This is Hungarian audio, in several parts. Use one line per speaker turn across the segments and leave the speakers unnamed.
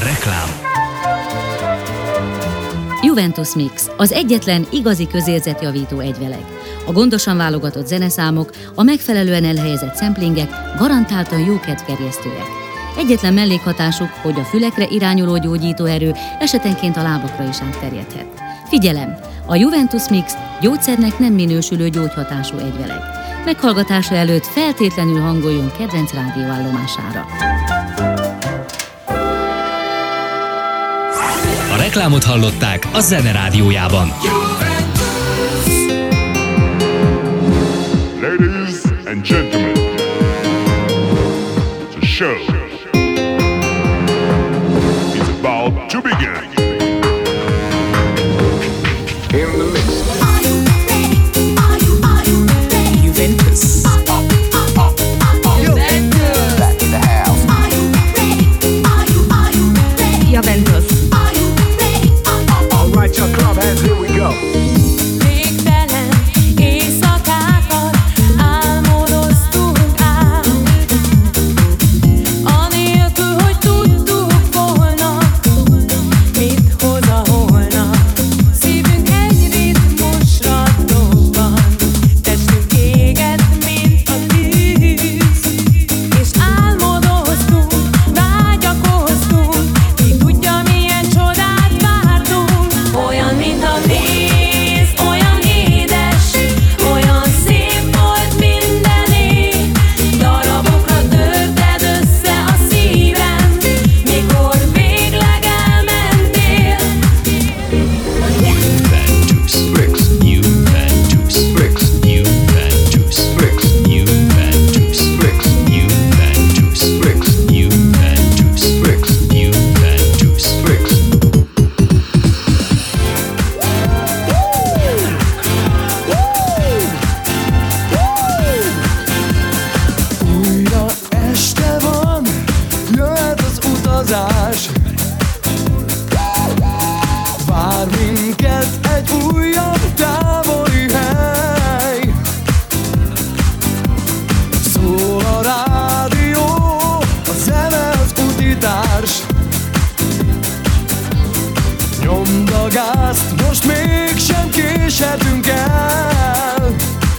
Reklám.
Juventus Mix, az egyetlen igazi közérzetjavító egyveleg. A gondosan válogatott zeneszámok, a megfelelően elhelyezett szemplingek garantáltan jó kedvgerjesztőek. Egyetlen mellékhatásuk, hogy a fülekre irányuló gyógyító erő esetenként a lábakra is átterjedhet. Figyelem! A Juventus Mix gyógyszernek nem minősülő gyógyhatású egyveleg. Meghallgatása előtt feltétlenül hangoljon kedvenc rádióállomására.
A reklámot hallották a Zene Rádiójában.
Ladies and gentlemen, the show is about to begin. In the mix.
Juventus.
Back in the house.
Juventus.
All right, your club hands, here we go.
Vár minket egy újabb távoli hely. Szól a rádió, a zene az utitárs. Nyomd a gázt, most mégsem késhetünk el.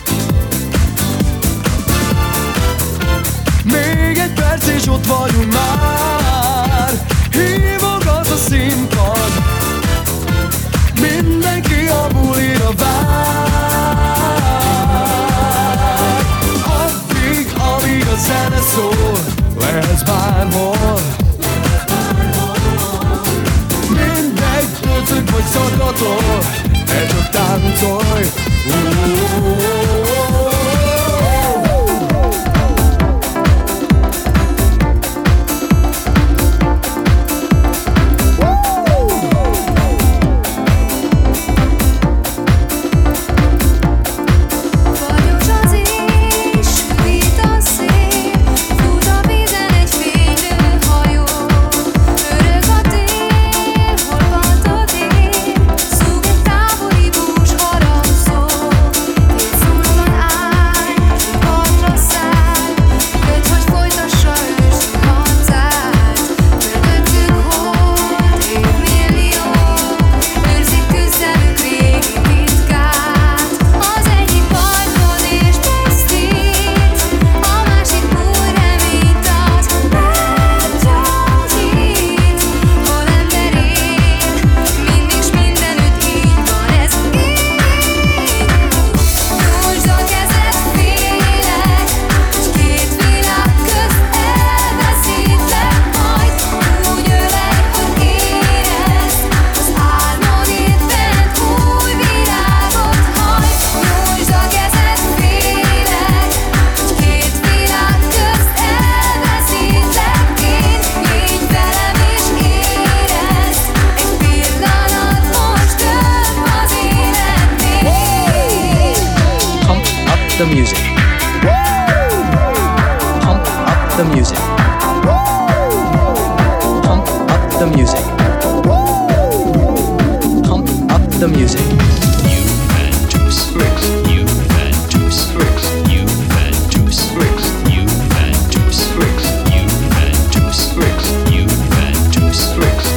Még egy perc és ott vagyunk már. Hívogat a színpad, mindenki a bulira vár. Addig, amíg a zene szól, lehetsz bárhol. Mindegy, döcög vagy szakatol, te csak táncolj.
The music. Pump up the music. Pump up the music. Pump up the music.
Juventus Mix. Juventus Mix. Juventus Mix. Juventus Mix. Juventus Mix. Juventus Mix.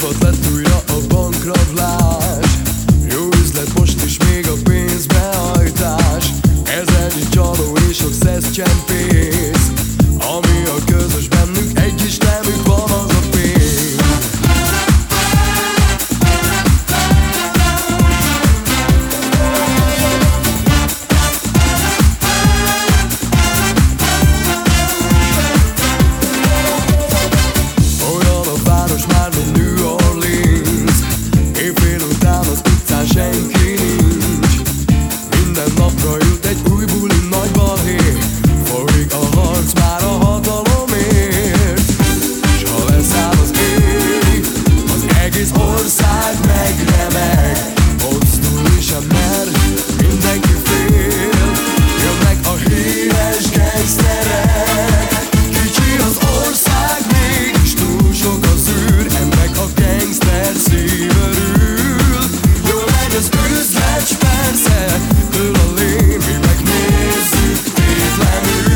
Divat lett újra a bankrablás. Jó üzlet most is még a pénzbehajtás. Ezernyi csaló és sok szeszcsempész. Ami a közös bennünk, egy is nemük van, az a pénz. Olyan a város már, mint New Orleans. Éjfél után az utcán senki nincs. Minden napra jut egy új buli, nagy balhé. Folyik a harc már a hatalomért. S ha leszáll az ég, az egész ország megremeg. Mozdulni sem mer, mindenki fél. Jönnek a híres gangsterek. Kicsi az ország, mégis túl sok az űr. Ennek a gangster szív örül. Jól megy az üzlet, s persze dől a lé, mi megnézzük tétlenül.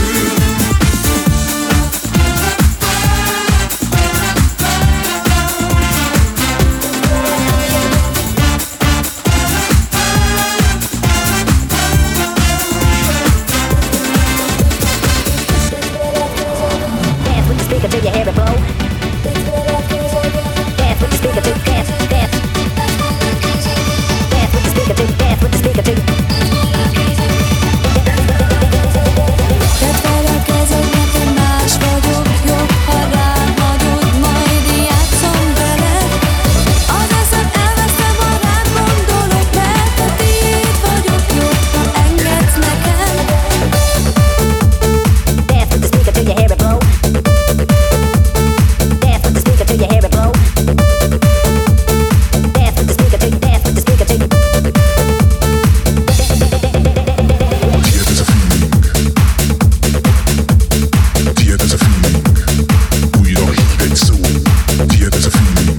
Dance with the speaker till your hair will blow. Dance with the speaker till dance, dance. Dance with the speaker till dance with the speaker till.
Tedd fel a kezed, mert én más vagyok. Jobb, ha rám hagyod, majd játszom veled. Az eszem elveszem, ha rád gondolok, mert a tiéd vagyok. Jobb, ha engedsz nekem.
Dance with the speaker till your hair will blow. Dance with the speaker till your hair will blow. Dance with the speaker till, dance with the speaker till.
Tiéd ez a feeling. Újra hív egy szó. Tiéd ez a feeling.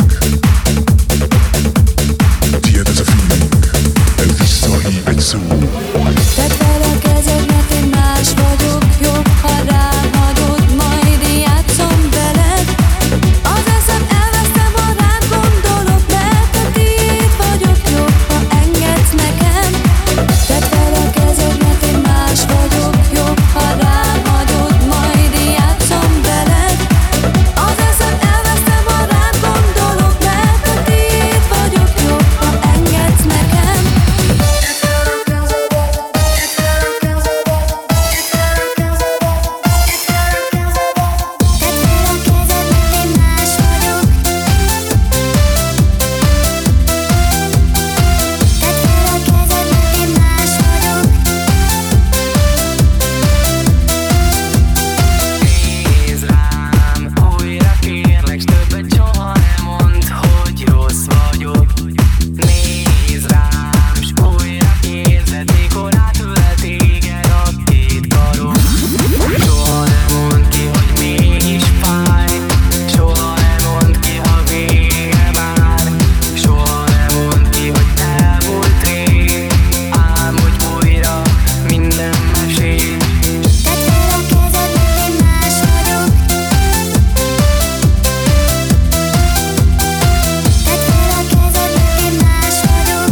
Tiéd ez a feeling. Visszahív egy szó.
Tedd fel a kezed, mert én más vagyok. Jobb, ha rám hagyod, majd játszom veled. Az eszem elveszem, ha rád gondolok, mert a tiéd vagyok. Jobb, ha engedsz nekem. Tedd fel a kezed, mert én más vagyok. Jobb, ha rám hagyod, majd játszom veled. Az eszem elveszem, ha rád gondolok, mert a tiéd vagyok. Jobb, ha engedsz nekem.
Nézd rám, újra kérlek, s többet soha nem mondd, hogy rossz vagyok. Nézd rám, s újra kérdezd, mikor átölel téged a két karom. Soha nem mondd ki, hogy mégis fáj. Soha nem mondd ki, ha vége már. Soha nem mondd ki, hogy elmúlt rég. Álmodj újra minden mesét.
Tedd fel a kezed, mert én más vagyok. Tedd fel a kezed, mert én más vagyok.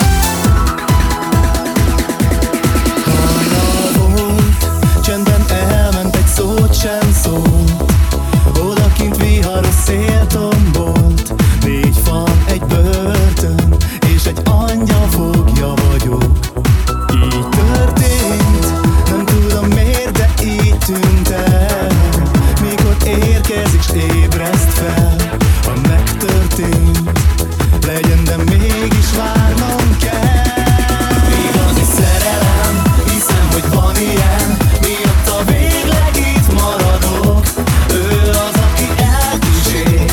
Hajnal volt, csendben elment, egy szót sem szólt. Odakint viharos szél tombolt. 4 fal, egy börtön, és egy angyal fogja vagyok. Így történt, nem tudom miért, de így tűnt el. Mikor érkezik, s ébreszt fel. Ha megtörtént, legyen, de mégis várnom kell. Igazi szerelem, hiszem, hogy van ilyen. Miatta végleg itt maradok. Ő az, aki elkísér.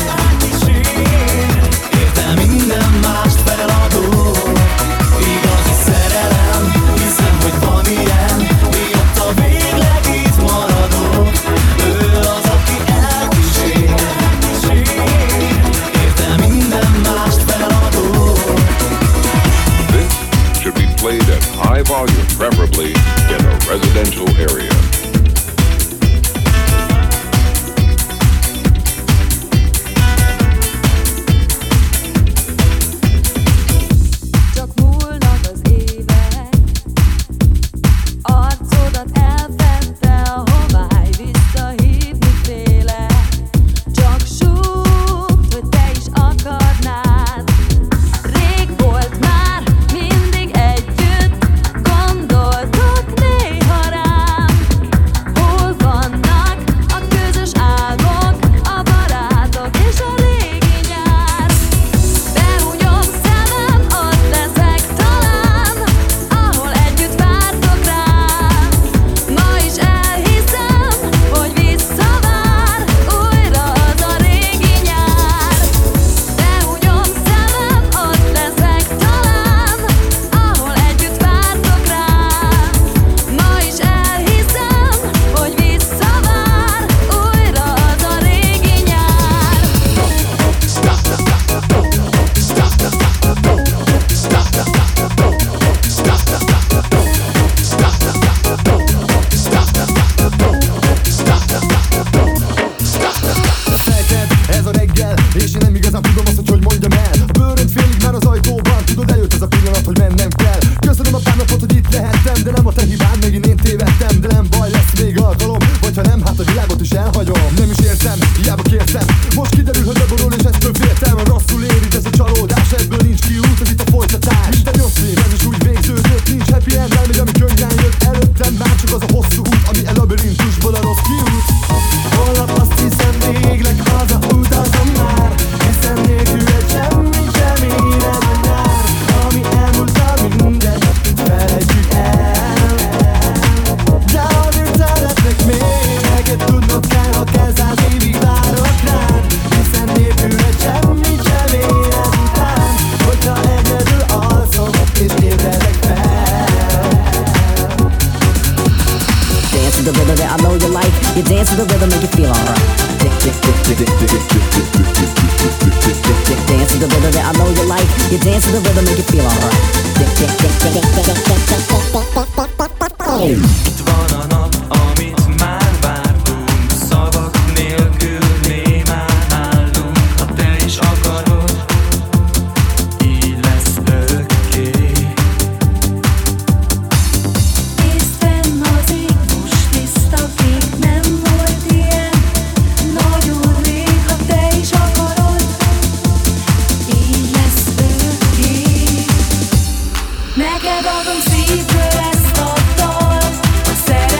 Érte minden mást feladok. Igazi szerelem, hiszem, hogy van ilyen. Miatta végleg itt maradok. Ő az, aki elkísér. Érte minden mást
to the rhythm, make you feel alright. Dance to the rhythm that I know you like. You dance to the rhythm, make you feel alright.
Itt van a nap, amit már vártunk, szavak nélkül némán állunk. Ha te is akarod, így lesz örökké.
Észben hazik, most tiszta kék, nem volt ilyen nagyon rég. Ha te is akarod, így lesz örökké. Neked adom szívből ezt a dalt, a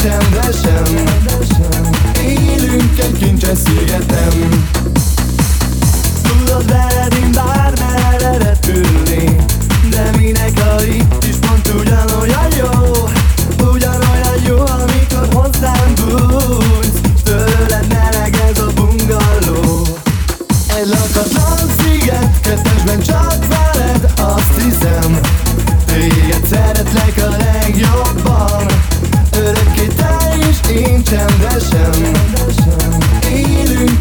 csendesen. Élünk egy kincses szigeten. Tudod, veled én bármerre repülni, de minek, ha itt is pont ugyanolyan jó. Ugyanolyan jó, amikor hozzám bújsz. Tőled meleg ez a bungalow. Egy lakatlan sziget, kettesben csak veled. Azt hiszem, téged szeretlek a legjobban. Örökké te és én csendesen. Élünk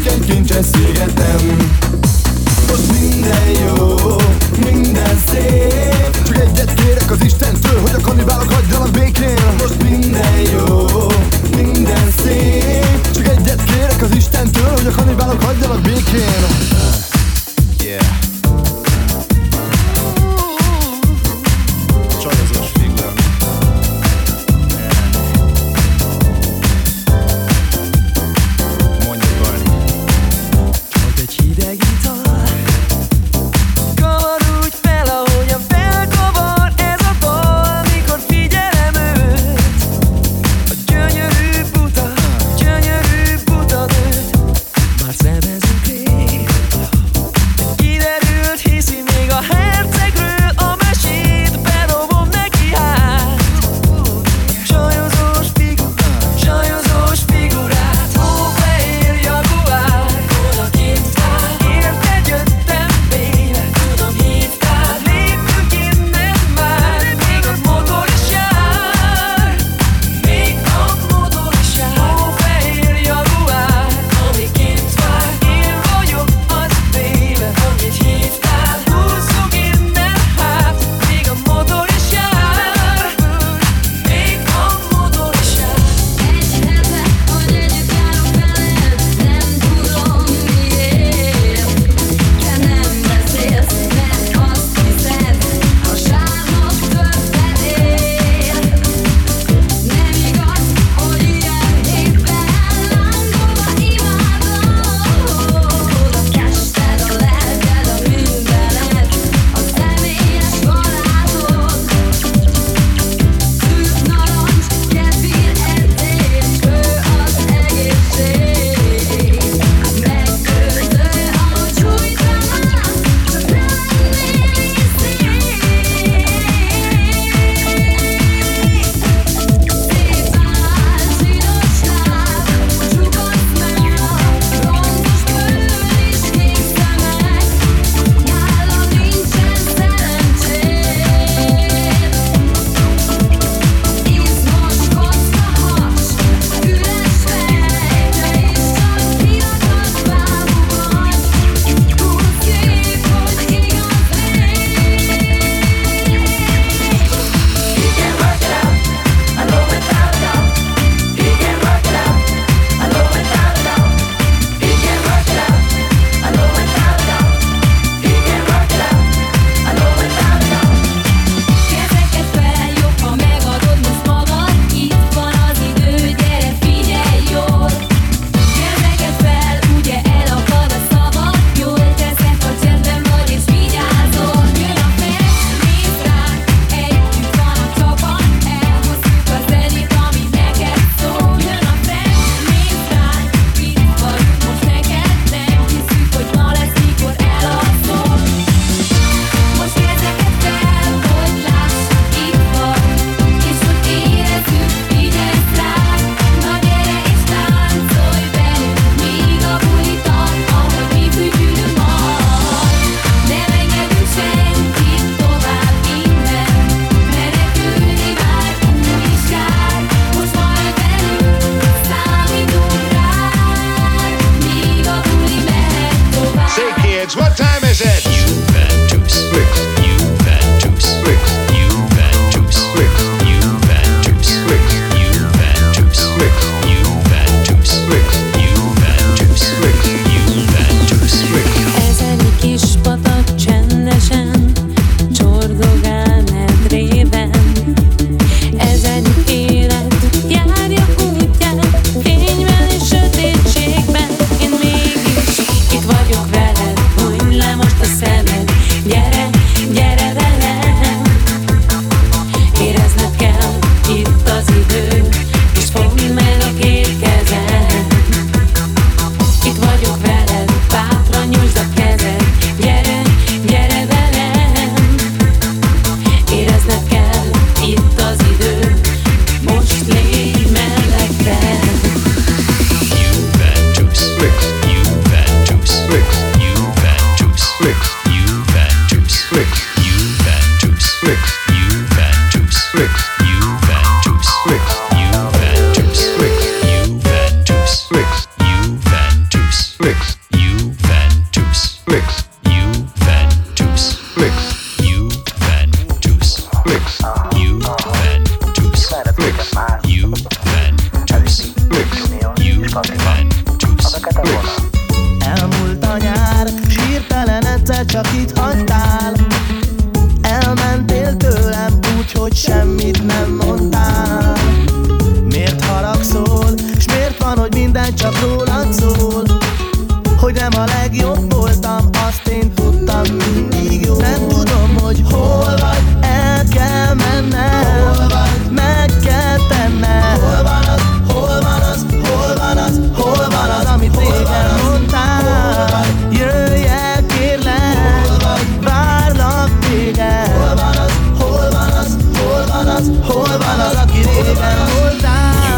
nem a legjobb voltam, azt én tudtam mindig jó. Nem tudom, hogy hol vagy, el kell mennem, hol vagy, meg kell tennem. Hol van az, hol van az, hol van az, hol van az, amit régen mondtál. Jöjj el, kérlek, várlak téged. Hol van az, hol van az, hol van az, hol van az, aki régen voltál.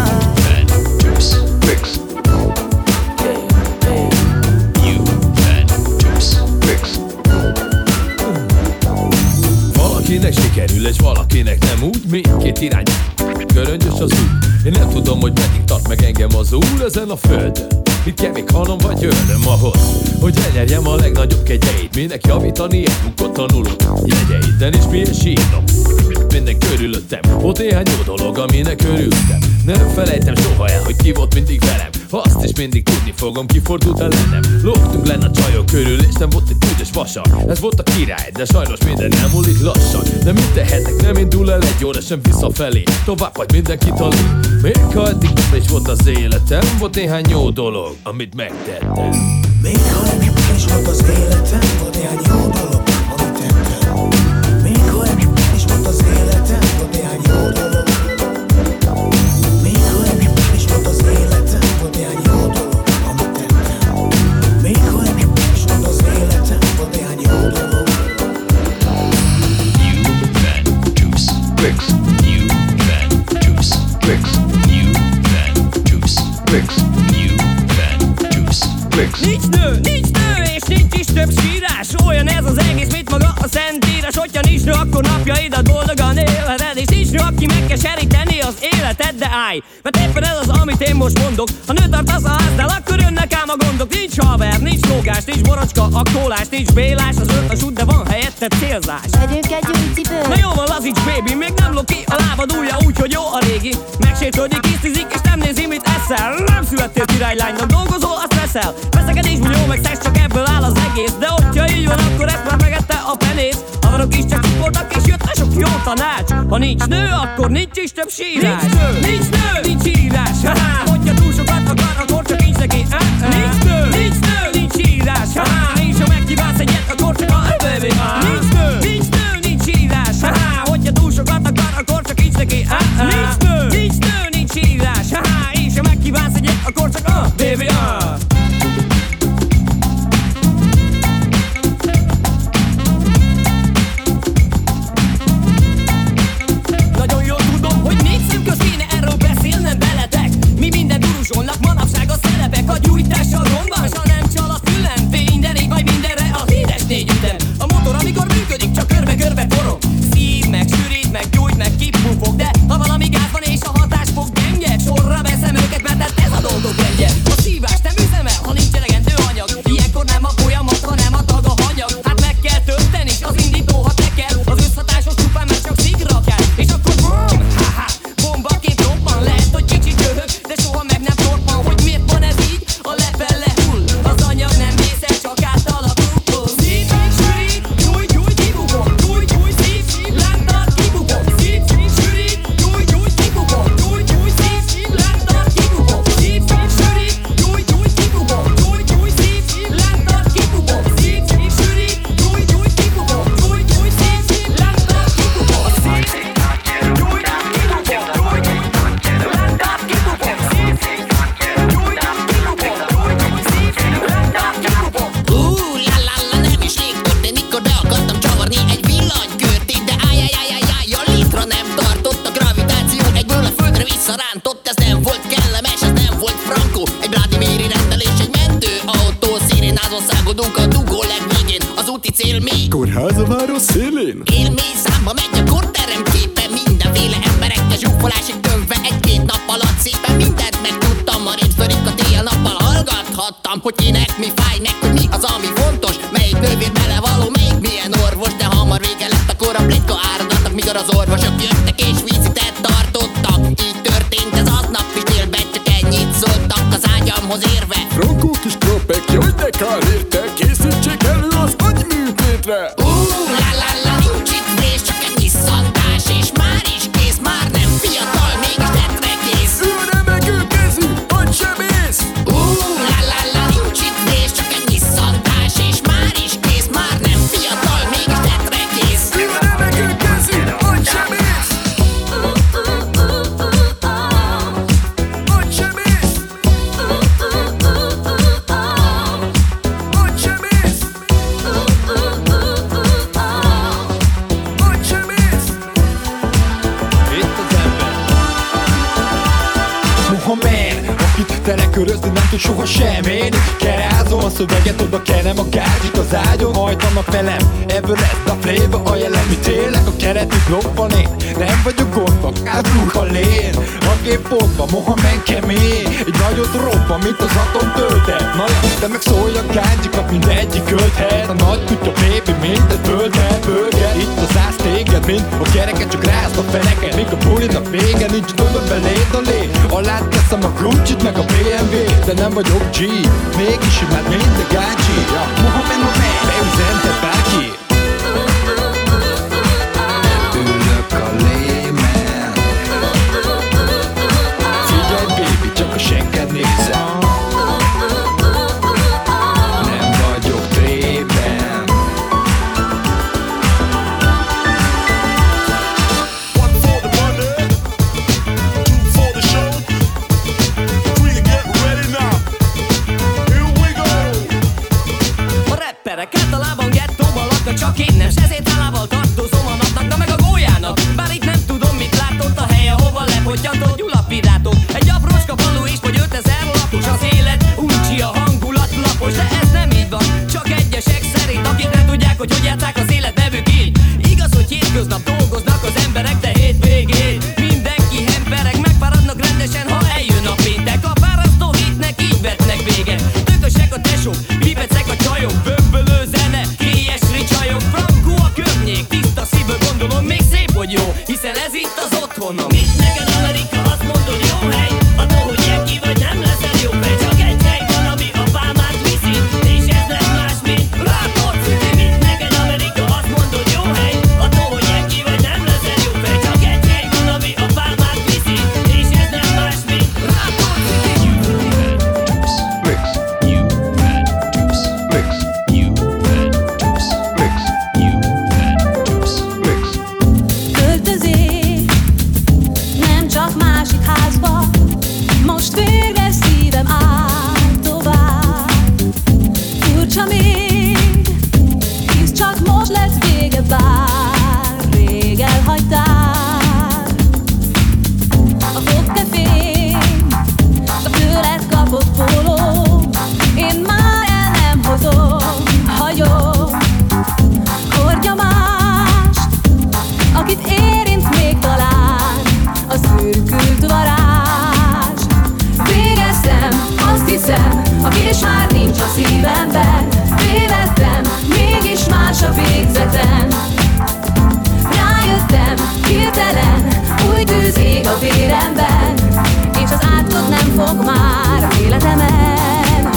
Valakinek sikerül, és valakinek nem úgy, mindkét irány göröngyös az út. Én nem tudom, hogy meddig tart meg engem az úr ezen a földön. Itt kell még halom vagy ölöm ahhoz, hogy elnyerjem a legnagyobb kegyeit. Minek javítani egy munkot tanuló jegyeit. De nincs miért sírnom, minden körülöttem. Volt néhány jó dolog, aminek örültem. Nem felejtem soha el, hogy ki volt mindig velem. Azt is mindig tudni fogom, kifordult ellenem. Lógtunk lenne a csajok körül, és nem volt egy tüzes vasa. Ez volt a király, de sajnos minden elmúlik lassan. De mit tehetek, nem indul el egy óra sem visszafelé. Tovább vagy mindenki talál. Még ha eddig nem is volt az életem, volt néhány jó dolog, amit megtettem.
Még ha eddig is volt az életem, volt néhány jó dolog, amit tettem. Még ha eddig is volt az életem, volt néhány jó dolog. Még ha eddig is volt az életem, volt néhány jó dolog, amit tettem. Még ha eddig is volt az életem, volt néhány jó dolog.
Juventus Bricks. Juventus Bricks. Juventus Bricks. Juventus Bricks.
Nincs nő, és nincs is több sírás. Olyan ez az egész, mint maga a szentírás. Hogyha nincs nő, akkor napjaidat boldogan élheted. És nincs nő, aki megkeseríteni az életed, de állj, mert éppen ez az, amit én most mondok. Ha nő tartasz a háznál, akkor jönnek ám a gondok. Nincs haver, nincs lógás, nincs borocska, aktólás, nincs bélás. Az ötles út, de van helyette célzás.
Vegyünk egy új cipőt.
Na jó van, lazíts baby, még nem lop ki a lábad ujja, úgyhogy jó a régi. Megsértődik, tisztizik, és nem nézi, mit eszel. Nem születtél királylánynak, dolgozol, azt veszel. Veszekedésből jó, meg szex, csak ebből áll az egész. De hogyha így van, akkor ezt már megette a penész. Haverok is csak cipoltak, és jött le sok jó tanács. Ha nincs nő, akkor nincs is több sírás. Nincs írás. Hogyha túl sokat akar, akkor csak nincs neki. Nincs írás. És ha megkívánsz egyet, akkor csak a baby. Nincs írás. Hogyha túl sokat akar, akkor csak nincs neki. Nincs írás. És ha megkívánsz egyet, akkor csak a baby. Nagyon jól tudom, hogy négy szemköz kéne erről beszélnem veletek. Mi minden duruzsolnak, manapság a szerepek. A gyújtással rombás, ha nem csal a fülem. Fény, de rég vagy mindenre a híres négy ütem. A motor, amikor működik, csak körbe-körbe forog. Szív, meg sűrít, meg gyújt, meg kipufog. De ha valami gáz van és a hatás fog gyenge, sorra veszem őket, mert hát ez a dolgok rendje. A szívás nem üzemel, ha nincs elegendő anyag. Ilyenkor nem a folyamat, hanem a tag a hanyag. Hát meg kell tölteni, az indító, ha teker. Az összhatásos csupán, mert csak szigra kell. És akkor bum, ha-ha, bombaként robban. Lehet, hogy kicsit röhög, de soha meg nem torpan. Hogy miért van ez így? A lepel lehull. Az anyag nem vészes, csak átalakul. Szív, sűrít, gyújt, kibugom. Gyújt, szív, láttad, kibugom. Szív, sűrít, gyújt, kibugom. Gyújt, szív, láttad, kibugom. Szív, sűrít, gyújt, kibugom. Gyújt, szív, láttad, kibugom. Szív, sűrít, gyújt, kibugom. Gyújt, szív, láttad,
La nem is rég történt, mikor be akartam csavarni egy villanykört. De áj, a létra nem tartott a gravitáció, egyből a földre visszarántott. Ez nem volt kellemes, ez nem volt frankó. Egy Vladimiri rendelés, egy mentőautó. Szirénázon szágodunk a dugó legvégén, az úti cél még
kórház a város szélén.
Élmény számba megy a korterem képe. Mindenféle emberekkel zsúfolásig tömve. Egy-két nap alatt szépen mindent megtudtam. Ma rétförik a tél-nappal hallgathattam, hogy kinek mi fáj, meg hogy mi az, ami fontos. Melyik nővér belevaló, melyik milyen orvos. De hamar vége lett, akkor a pletyka áradatnak, mikor az orvosok jöttek és vizitet tartottak. Így történt ez aznap is délben, csak ennyit szóltak az ágyamhoz érve.
Frankó kis kropek, jaj de kár érte, készítsék elő az agyműtétre.
La nincs itt vés, csak egy nyisszantás, és már is kész, már nem fiatal, mégis tettre kész.
Ő remegő kezű, agysebész.
La nincs itt vés, csak egy nyisszantás.
Tere körözni nem tud soha sem élni. Kerázom a szöveget, oda kenem a gázsit az ágyon. Hajtanak velem, ebből lesz a flavor. A jelen, mi tényleg a keretük loppan én. Nem vagyok gondba, átruha lén. A gép pontba, Mohamed kemény. Egy nagyot robban, mint az atom töltet. Na te meg szólj a gázsikat, mindegyik költhet. A nagy kutya baby, minden böltet, bölget. Itt az ász téged, mint a gyereket, csak rázd a feneket. Míg a bulinak vége, nincs többet beléd a lé. Alá teszem a Gucci-t meg a BMW. De nem vagyok G, mégis imád minden gácsi. Mohamed, beüzented bárki. Ülök a lémen. Figyelj baby, csak a senked nézem. Nem vagyok trében.
One for the money, two for the show. We get ready now. Here we go.
A rapperek általában gettóban laknak, csak én nem, s ezért hálával tartozom a napnak, de meg a gólyának. Bár itt nem tudom, mit látott a hely, ahova lepotyantott Gyula pirátok. Egy aprócska falu és vagy 5000 lakos, az élet uncsi, a hangulat lapos. De ez nem így van, csak egyesek szerint, akik nem tudják, hogy játsszák az élet nevük így. Igaz, hogy hétköznap dolgoznak az emberek, de hétvégén mindenki hempereg, megfáradnak rendesen, ha eljön a péntek. A fárasztó hitnek így vetnek véget. Tökösek a tesók, pipecek a csajok, bömbölő zene, kélyes ricsajok. Frankó a környék, tiszta szívből gondolom, még szép, hogy jó, hiszen ez itt az otthonom. Mit neked Amerika, azt mondod jó hely, attól, hogy ilyen ki vagy nem leszel jó fej. Csak egy hely van, ami a pálmát viszi, és ez nem más, mint Rákot City. Mit neked Amerika, azt mondod jó hely, attól, hogy ilyen ki vagy nem leszel jó fej. Csak egy hely van, ami a pálmát viszi, és ez nem más, mint Rákot City.
Bricks, you fat juice. Bricks, you fat juice. Bricks, you fat juice. Bricks.
Költözés, nem csak másik házba, most végre szívem áll tovább. Furcsa még, hisz csak most lett vége, bár rég elhagytál. A fogkefény, a tőled kapott póló, én már el nem hozom, hagyom. Hordja mást, akit érint még talán a szürkült varázs. Végeztem, azt hiszem, a kés már nincs a szívemben. Tévedtem, mégis más a végzetem. Rájöttem, hirtelen, új tűz ég a véremben, és az átkot nem fog már az életemen.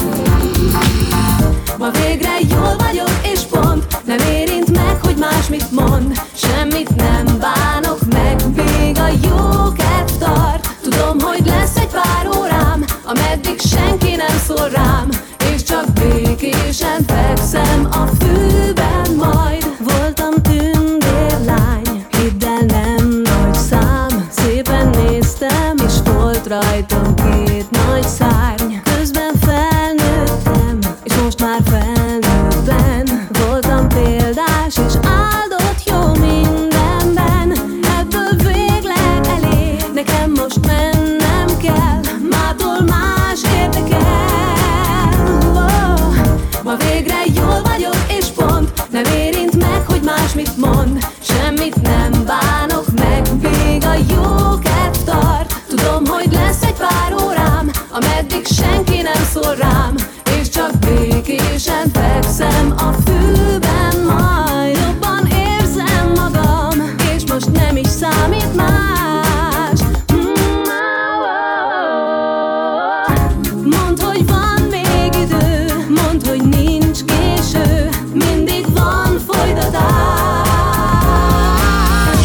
Ma végre jól vagyok és pont, nem érint meg, hogy más mit mond. Semmit nem bánok meg, még a jó kedv tart. Tudom, hogy lesz egy pár órám, ameddig senki nem szól rám, és csak békésen fekszem a fűben majd. Voltam tündérlány, hidd el, nem nagy szám. Szépen néztem, és volt rajtam két nagy szárny. Közben felnőttem, és most már felnőttem. Voltam példás, és áldott jó mindenben. Ebből végleg elég, nekem most mennem kell. Mától más érdekel. Oh, ma végre jól vagyok, és pont nem érint meg, hogy más mit mond. Semmit nem bánok meg, még a jó kedv tart. Tudom, hogy lesz egy pár órám, ameddig senki nem szól rám, és csak békésen fekszem a fűben majd. Jobban érzem magam, és most nem is számít más. Mondd, hogy van még idő, mondd, hogy nincs késő, mindig van folytatás.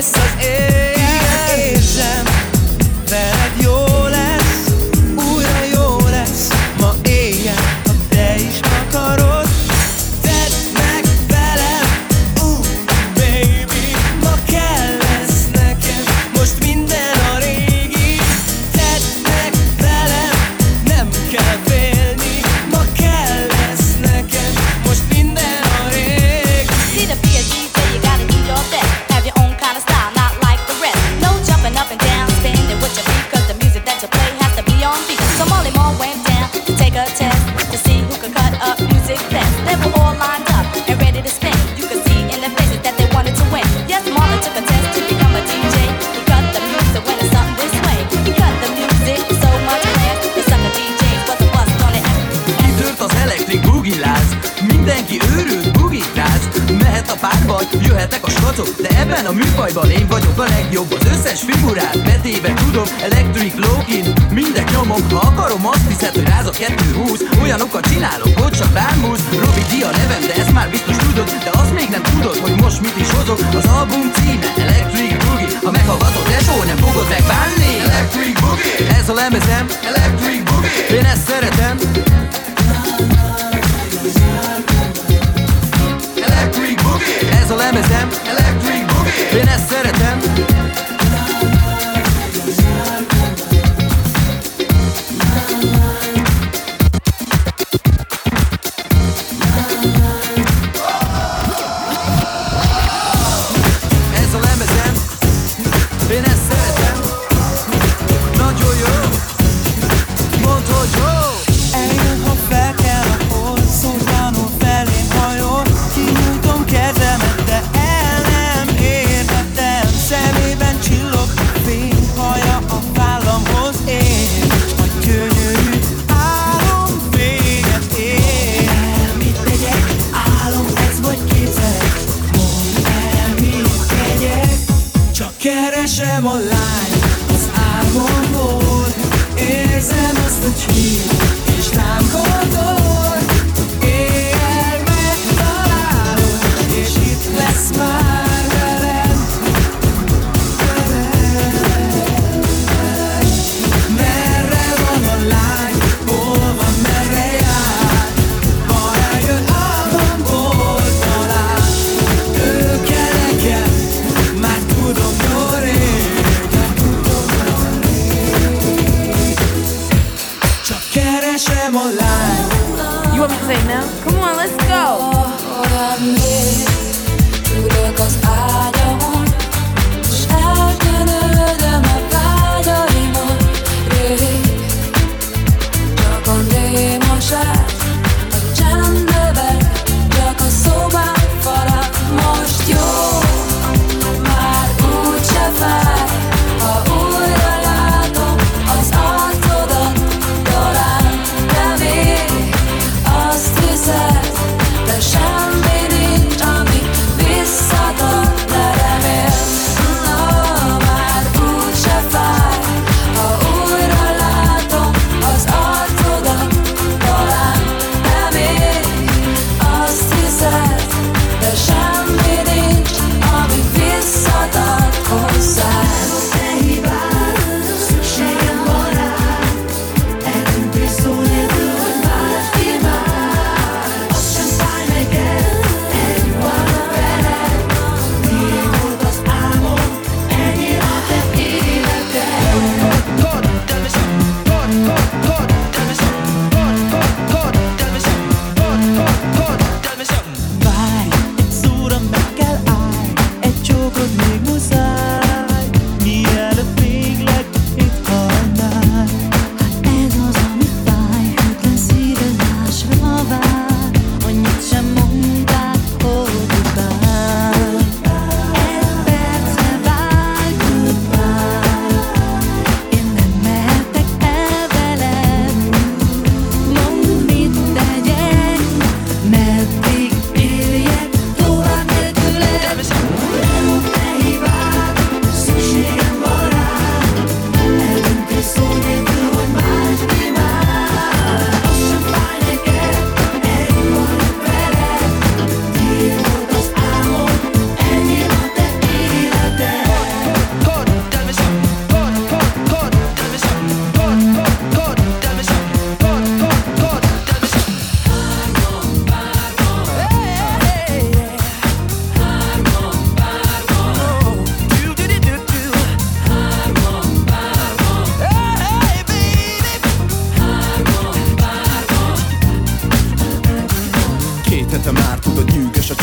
lesz az éjjel. Érzem, veled jó lesz, újra jó lesz ma éjjel, ha te is akarod. Tedd meg velem, baby, ma kell lesz nekem most minden a régi. Tedd meg velem, nem kell félni, ma kell lesz nekem most minden a régi.
See the be a DJ, you gotta do your best. Have your own kind of style, not like the rest. No jumping up and down, standing with your feet, cause the music that you play has to be on beat. So Molly Moore went down to take a test to see who could cut up music best. They were all lined up and ready to spin. You could see in their faces that they wanted to win. Yes, Marlon took a test to become a DJ. He cut the music when it's something this way. He cut the music with so much class. The sucker DJs was a bust on it.
Kitört az elektrik bugiláz, mindenki őrült bugikráz. Mehet a párbaj, jöhetek a skacok, de ebben a műfajban én vagyok a legjobb. Az összes figurát betéve tudom, electric low-kin, mindek nyomom. Ha akarom, azt hiszed, hogy ráz a 220. Olyanokat csinálok, hogy csak bármúz. Robi D a nevem, de ezt már biztos tudod. De azt még nem tudod, hogy most mit is hozok. Az album címe Electric Boogie. Ha meghallgatod, de soha nem fogod megbánni. Electric Boogie, ez a lemezem. Electric Boogie, én ezt szeretem. Electric Boogie, ez a lemezem. Electric Boogie, én ezt szeretem. Ez a lemezem, én ezt szeretem. Nagyon jó, mondd, hogy jó. Eljön, ha fel kell a hold, szótlanul felém hajol. Kinyújtom kezemet, de el nem érhetem. Szemében csillog fény, haja a vállamhoz ér. A gyönyörű álom véget ér. Mit tegyek? Álom ez vagy képzelek? Mondd el, mit tegyek? Csak keresem a lányt az álmomból. Érzem azt, hogy hív és támogatod. Éjjel megtalálod, és itt lesz már velem. Merre van a lány, hol van, merre jár? Ha eljön álmomból talán, ő kell nekem, már tudom jó régen. Csak keresem a lány.
You want me to say no? Come on, let's go.
Ülök az ágyamon, s elkenődöm a vágyaimat. Rég, csak a némaság, a csendben, csak a szobám falak. Most jó, már úgyse fáj, ha újra látom az arcodat. Talán te még azt hiszed,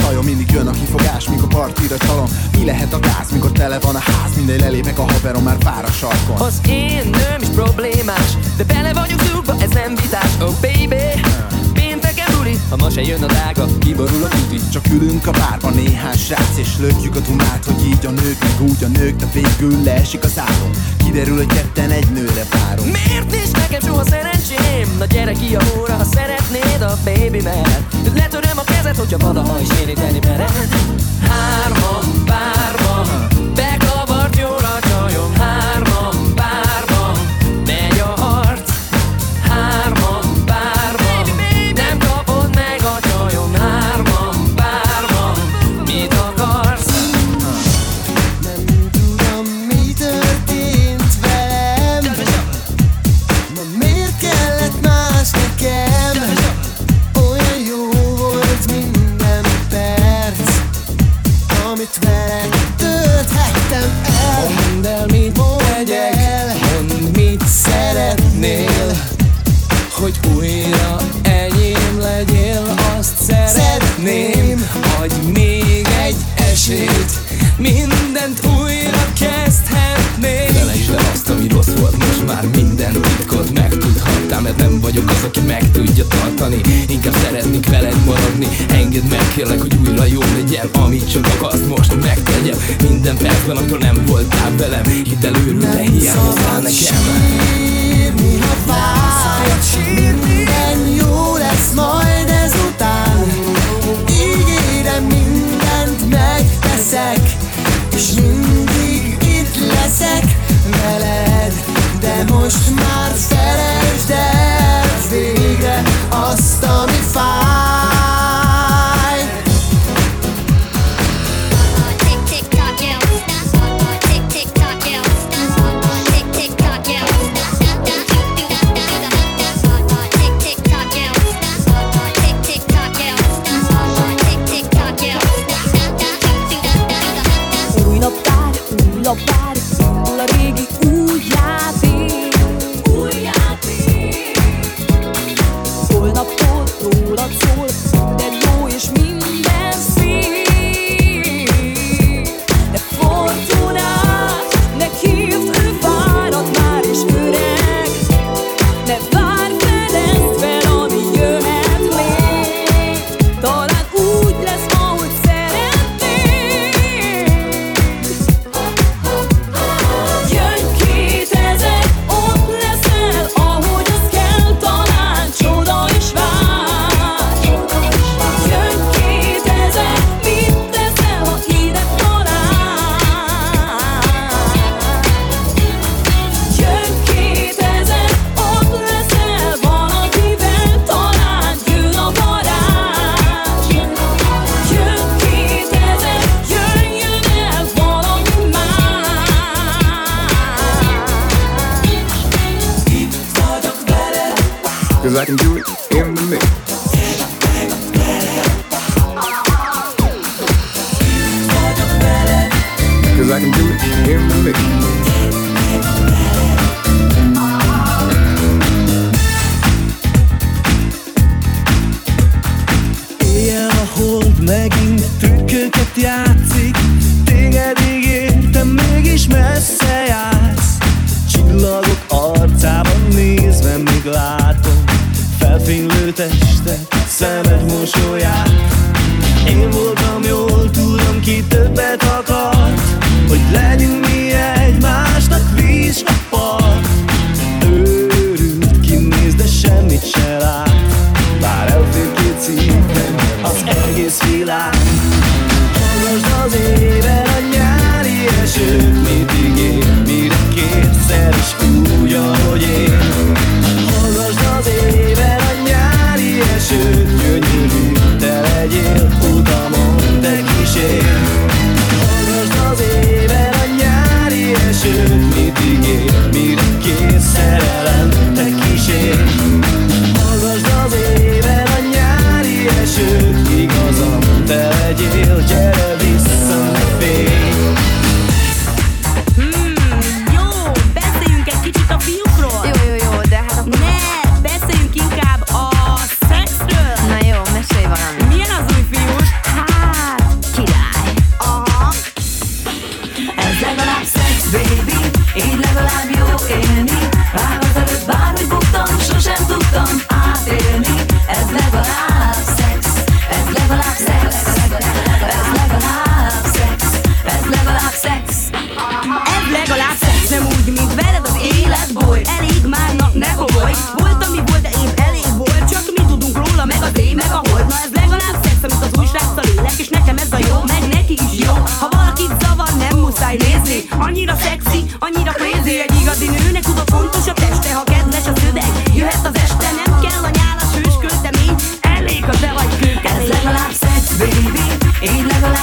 Fajon mindig jön a kifogás, mikor partira csalom. Mi lehet a gáz, mikor tele van a ház? Mindegy, lelépek a haverom, már vár a sarkon.
Az én nőm is problémás, de bele vagyunk zúgva, ez nem vitás. Oh baby, pénteken buli, ha ma se jön a drága, kiborul a tuti.
Csak ülünk a bárban néhány srác, és lökjük a dumát, hogy így a nők, meg úgy a nők, de végül leesik az áron. Kiderül, hogy ketten egy nőre várunk.
Miért nincs nekem soha szerencsém? Na gyere ki a hóra, ha szeretnéd a baby, mert letöröm a kezed, hogyha valaha is érinteni mered. Hárman párban, bekavart jól a csajom. Hárman párban, megy a harc. Hárman párban, nem kapod meg a csajom. Hárman párban, mit akarsz?
Nem tudom, mi történt velem. Ma miért kellett más nekem? Olyan jó volt minden perc, amit veled tölthettem el.
Mondd el, mit tegyek, mondd, mit szeretnél, hogy újra enyém legyél, azt szeretném. Adj még egy esélyt, mindent újra kezdhetnék. Felejtsd el azt, ami rossz volt, most már minden titkot megtudhattál, mert nem vagyok az, aki meg tudja tartani. Inkább szeretnék veled maradni. Engedd meg, kérlek, hogy újra jó legyen, amit csak akarsz, most megtegyem. Minden percben, amikor nem voltál velem, hidd el, őrül, de hiányoztál nekem.
Sírni, ha fáj, minden jó lesz majd ezután. Ígérem, mindent megteszek, és mindig itt leszek veled. De most már felejtsd el végre azt, ami fáj.
Új naptár, új laptár, indul a régi új játék. Új játék. Holnaptól rólad szól, minden jó és minden szép. De fortunát, ne hívd, ő fáradt már és öreg. Ne várj, fedezd fel, ami jöhet még. Talán úgy lesz, ahogy szeretnéd. Jön 2000, ott leszel, ahogy az kell, talán csoda is vár. Jön 2000, mit teszel, ha ide talál? Jön 2000, ott leszel, valakivel, talán jön a varázs. Jön 2000, jöjjön el valami más. Itt vagyok veled.
'Cause I can do it in the mix. Cause I can do it in the mix.
Éjjel a hold megint trükköket játszik. Téged ígértem, mégis messze jársz. Csillagok arcában nézve még látom felfénylő testet, szemed mosolyát. Én voltam jól, tudom, ki többet akart, hogy legyünk mi egymásnak víz a part. Őrült, kinéz, de semmit se lát. Bár elfér két szívben az egész világ. Hallgasd az éven a nyári esőt, mit ígér, mire kétszer is úgy, ahogy én. Hallgasd az éven a nyári esőt, gyönyörű, te legyél utamon, te kísér. Hallgasd az éven a nyári esőt, mit ígér, mire kész szerelem, te kísér. Hallgasd az éven a nyári esőt, igazam, te legyél, gyere vissza, ne félj.
Jó, beszéljünk egy kicsit a fiúkról.
Jó, de hát akkor...
Ne, beszéljünk inkább a szexről.
Na jó, mesélj valami.
Milyen az új fiús?
Hát,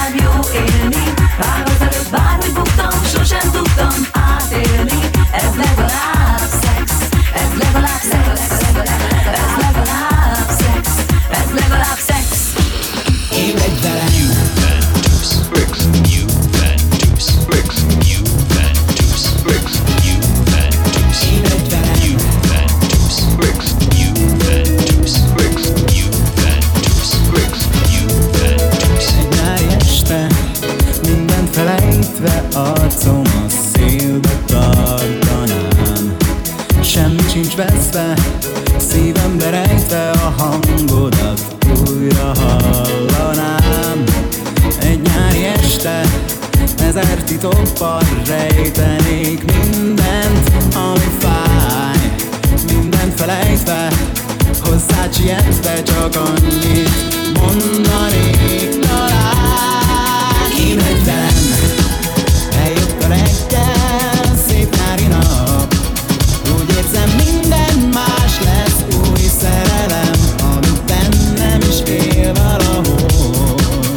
már jó élni. Bár azelőtt bárhogy buktam, sosem tudtam átélni. Ez legalább szex, ez legalább szex, ez legalább szex, ez legalább szex.
Én egy velem. Juventus, Juventus, Juventus, Juventus. Én egy velem. Juventus, Juventus, Juventus, Juventus.
Egy nyári este, mindent felejtve, arcom a szélbe tartanám. Semmi sincs veszve, szívembe rejtve, a hangodat újra hallanám. Egy nyári este, ezer titokban rejtenék mindent, ami fáj. Mindent felejtve, hozzád sietve, csak annyit mondanék talán. Én egy velem, eljött a reggel, szép nyári nap. Úgy érzem, minden más lesz, új szerelem, ami bennem is él valahol.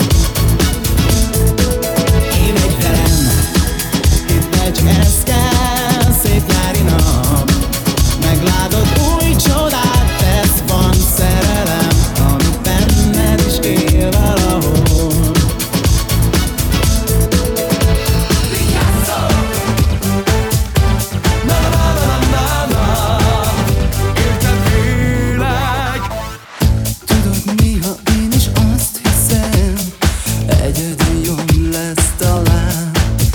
Én egy velem, hidd el, csak ez kell, szép nyári nap. Meglátod, új csodát tesz, van szerelem, ami benned is él valahol. Tudod, néha én is azt hiszem, egyedül jobb lesz talán.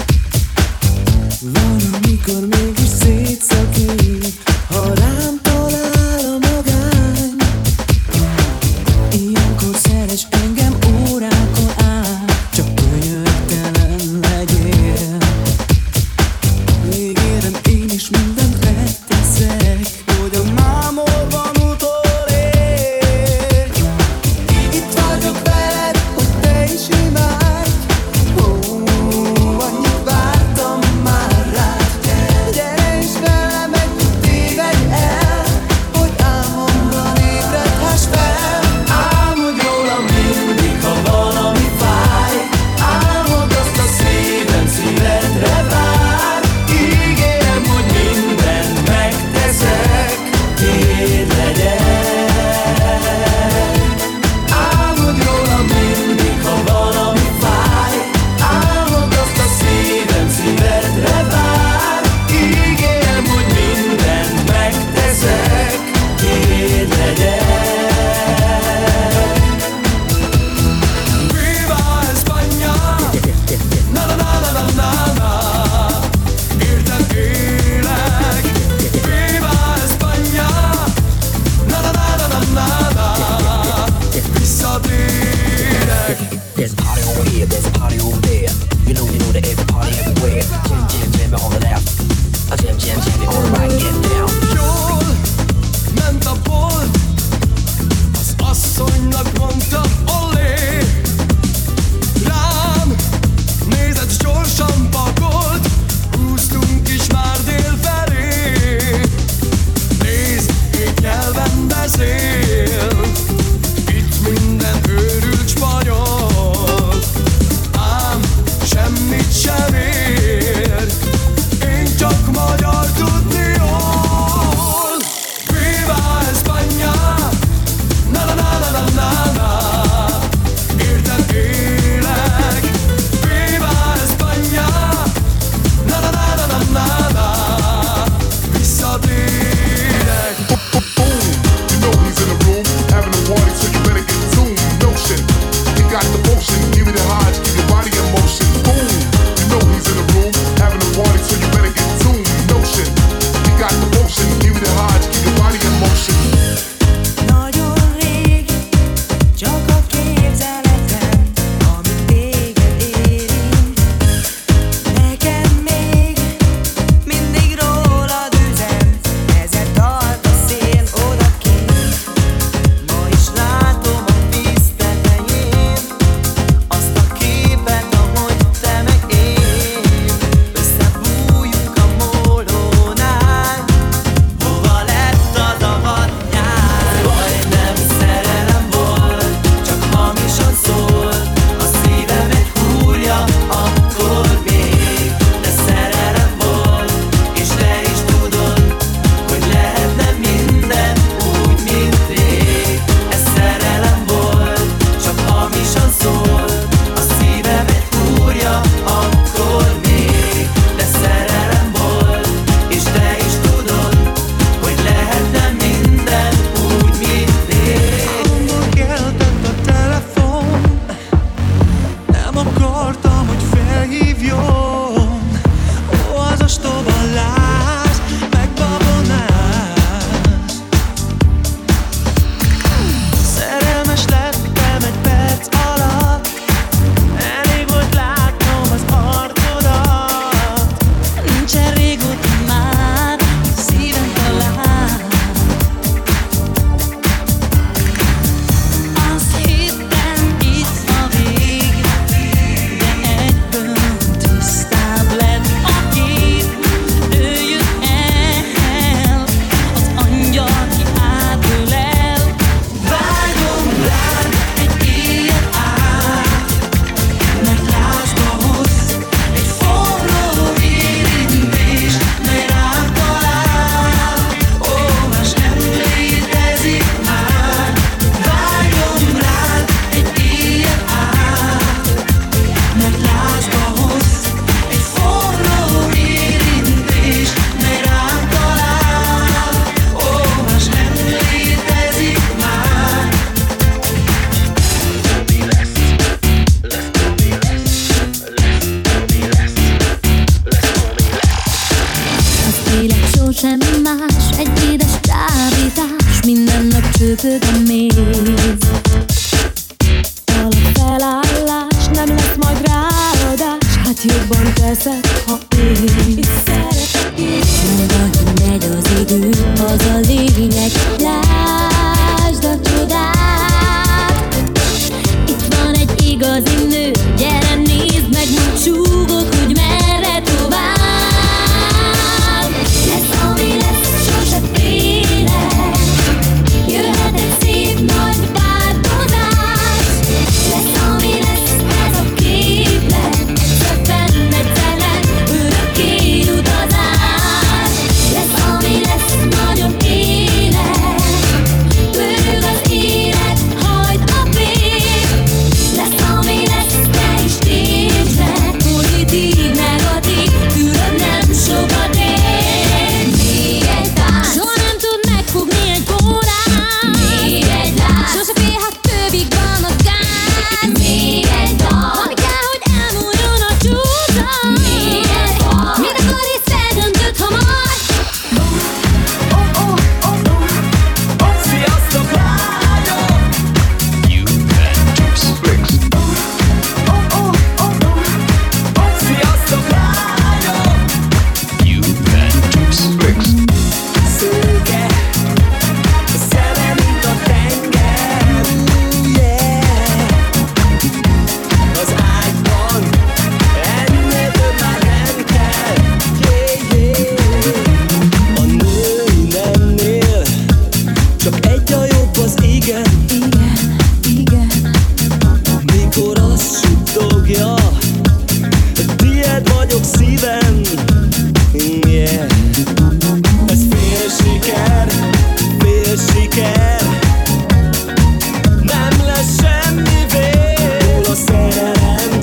Valamikor mégis szétszakít, ha rám talál a magány. Ilyenkor szeress engem órákon át, csak könyörtelen legyél. Ígérem, én is mindent megteszek, hogy a mámorban utolér. Itt vagyok veled, hogy te is imádj. Annyit vártam már rád. Gyere is velem, együtt tévedj el, hogy álmomban ébredhess fel. Álmodj rólam mindig, ha valami fáj. Álmod azt a szívem szívedre vár. Ígérem, hogy mindent megteszek, tiéd legyek. Álmodj rólam mindig, ha valami fáj. Álmod azt a szívem szívedre vár. Ígérem, hogy mindent megteszek, tiéd legyek. Viva España! Na na na na na na na. Érted élek. Viva España! Na na na na na na na. Visszatérek.
There's a party over here, there's a party over there. You know that every party everywhere. Jam, jam, jam on the left. Jam, jam, jam on the right, get down.
Jól ment a bolt, az asszonynak mondta, olé. Rám nézett, s gyorsan pakolt, húztunk is már dél felé. Nézd, két nyelven beszél, itt minden őrült spanyol. Ám semmit sem ér, én csak magyar tudni jól.
semmi más, egy édes csábítás, minden nap csöpög a méz. Alapfelállás, nem lesz majd ráadás, hát jobban teszed, ha én szeretek én. Ahogy megy az idő, az a lényeg, lásd a csodát. Itt van egy igazi nő, gyere nézd meg, majd súgok, hogy merre tovább. Lesz, ami lesz, sose félek, jöhet egy szép nagy változás. Lesz, ami lesz, ez a képlet, egyszer fenn, egyszer nem, örökké utazás. Lesz, ami lesz, nagyon éles, pörög az élet, hajt a fény. Lesz, ami lesz, te is értsd meg, pozitív, negatív, külön nem sokat ér. Még egy tánc, soha nem tud megfogni egy órát. Még egy lánc, sose fél, ha többig van a gáz. Még egy dal, ami kell, hogy elmúljon a csúszat. Még egy fal, mit akar és eldöntöd hamar.
Sziasztok, lányok!
Juventus Mix.
Sziasztok, lányok!
Juventus Mix.
Szőke, szeme, mint a tenger. Az ágyban ennél több már nem kell. A nő nemnél csak egy a jobb, az igen. Mikor azt suttogja, tiéd vagyok szívem. Yeah. Ez fél siker, nem lesz semmi vég. Nulla szerelem,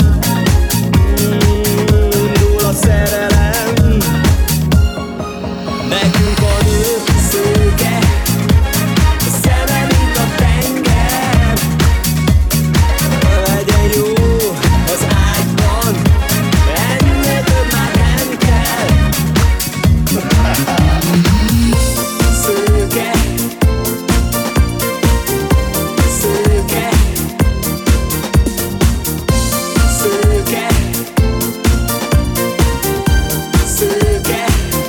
nulla szerelem. Nekünk a nő szőke, szeme, mint a tenger. Legyen jó az ágyban, ennél több már nem kell. Szőke, szőke, szőke, szőke.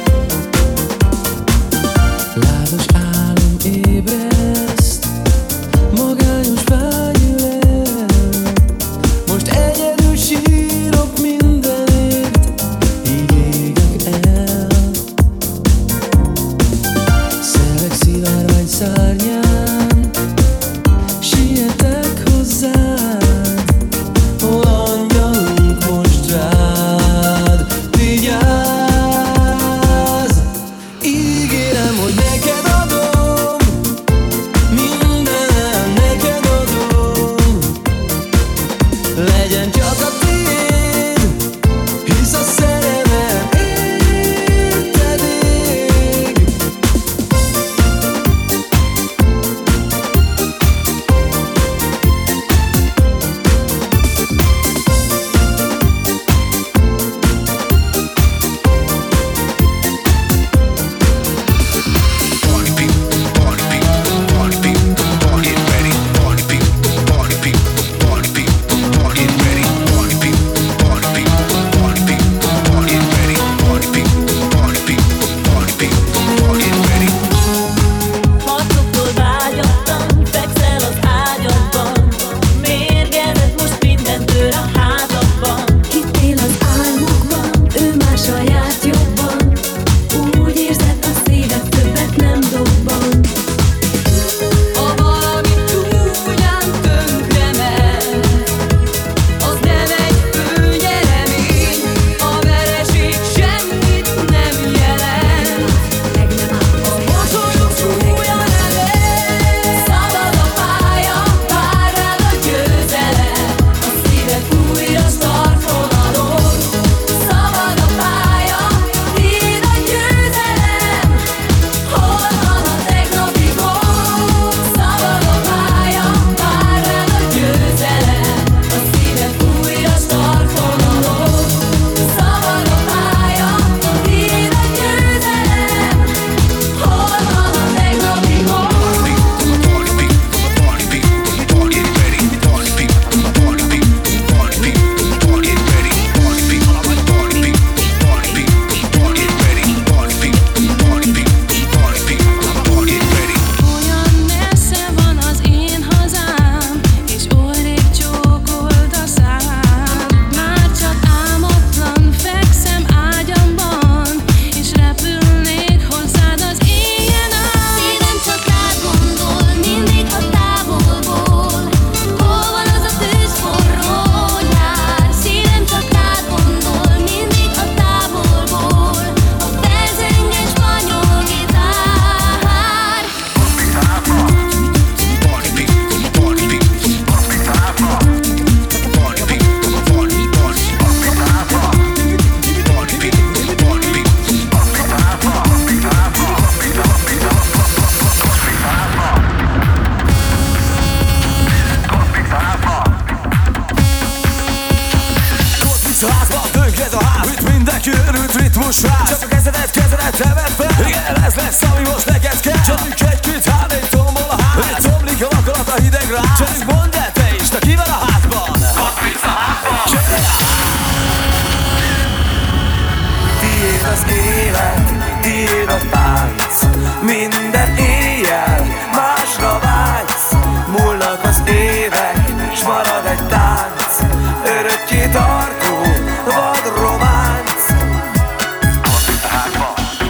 Lázas álom ébreszt, magányos vágyülel. Most egyedül sírok mindenért, így égek el. Szelek szivárvány szárnyán, sietek hozzád, hol angyalunk most rád vigyáz. Ígérem, hogy neked adom, mindenem neked adom. Legyen csak a tiéd, hisz a szerelem érted ég.
Party people, party people, party people, get ready. Party people, party people, party people, get ready. Party people,
a házba, dönk ez a ház. Itt mindenki örült ritmusráz. Csak a kezedet teved fel. Igen, ez lesz, ami most neked kell. Csapjuk egy-két hárnégy tombol a ház. Itt tomlik a vakarat a hideg ráz. Csak mondd el te is, te kivel a házban? Ott visz a házban.
Tiéd az élet, tiéd a tánc. Minden éjjel másra vágysz. Múlnak az évek, s marad egy tánc. Örökké tartó, vad románc. Ott visz a házban.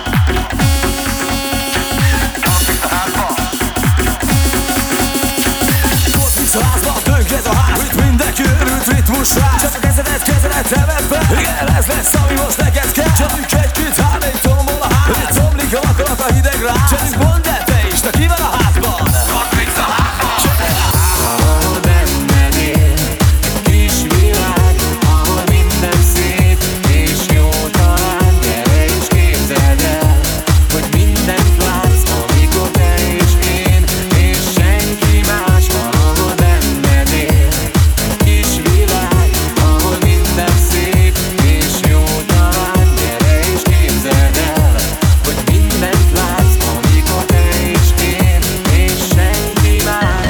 A házba, dönk ez a ház. Itt mindenki örült ritmusráz. Csak a kezedet teved fel. Igen, ez lesz, ami most neked kell. Csapjuk egy-két hárnégy tombol a ház. Itt tomlik a vakarat a hideg ráz. Csak mondd el te is, te kivel a házban? Ott visz a házban.
Ahol benned él egy kis világ, ahol minden szép és jó talán. Gyere és képzeld el, hogy mindent látsz, amikor te és én és senki más van. Ahol benned él egy kis világ, ahol minden szép és jó talán. Gyere és képzeld el, hogy mindent látsz, amikor te és én és senki más.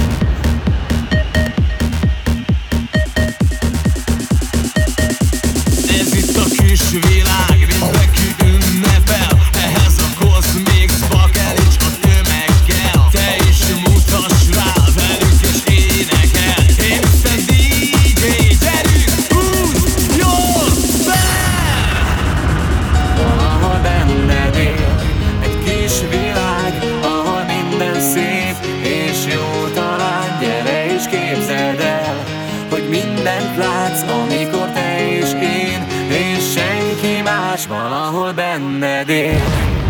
Ez itt a kis világ, mindenki ünnepel. Ehhez a Cosmixba keríts a tömeggel. Te is mutass rá velünk és énekel. Én Mr. DJ, gyerünk, húzz jól fel!
Ahol benned él egy kis világ, ahol minden szép és jó talán. Gyere és képzeld el, hogy mindent látsz, amikor te és én és senki más van, ahol benned él.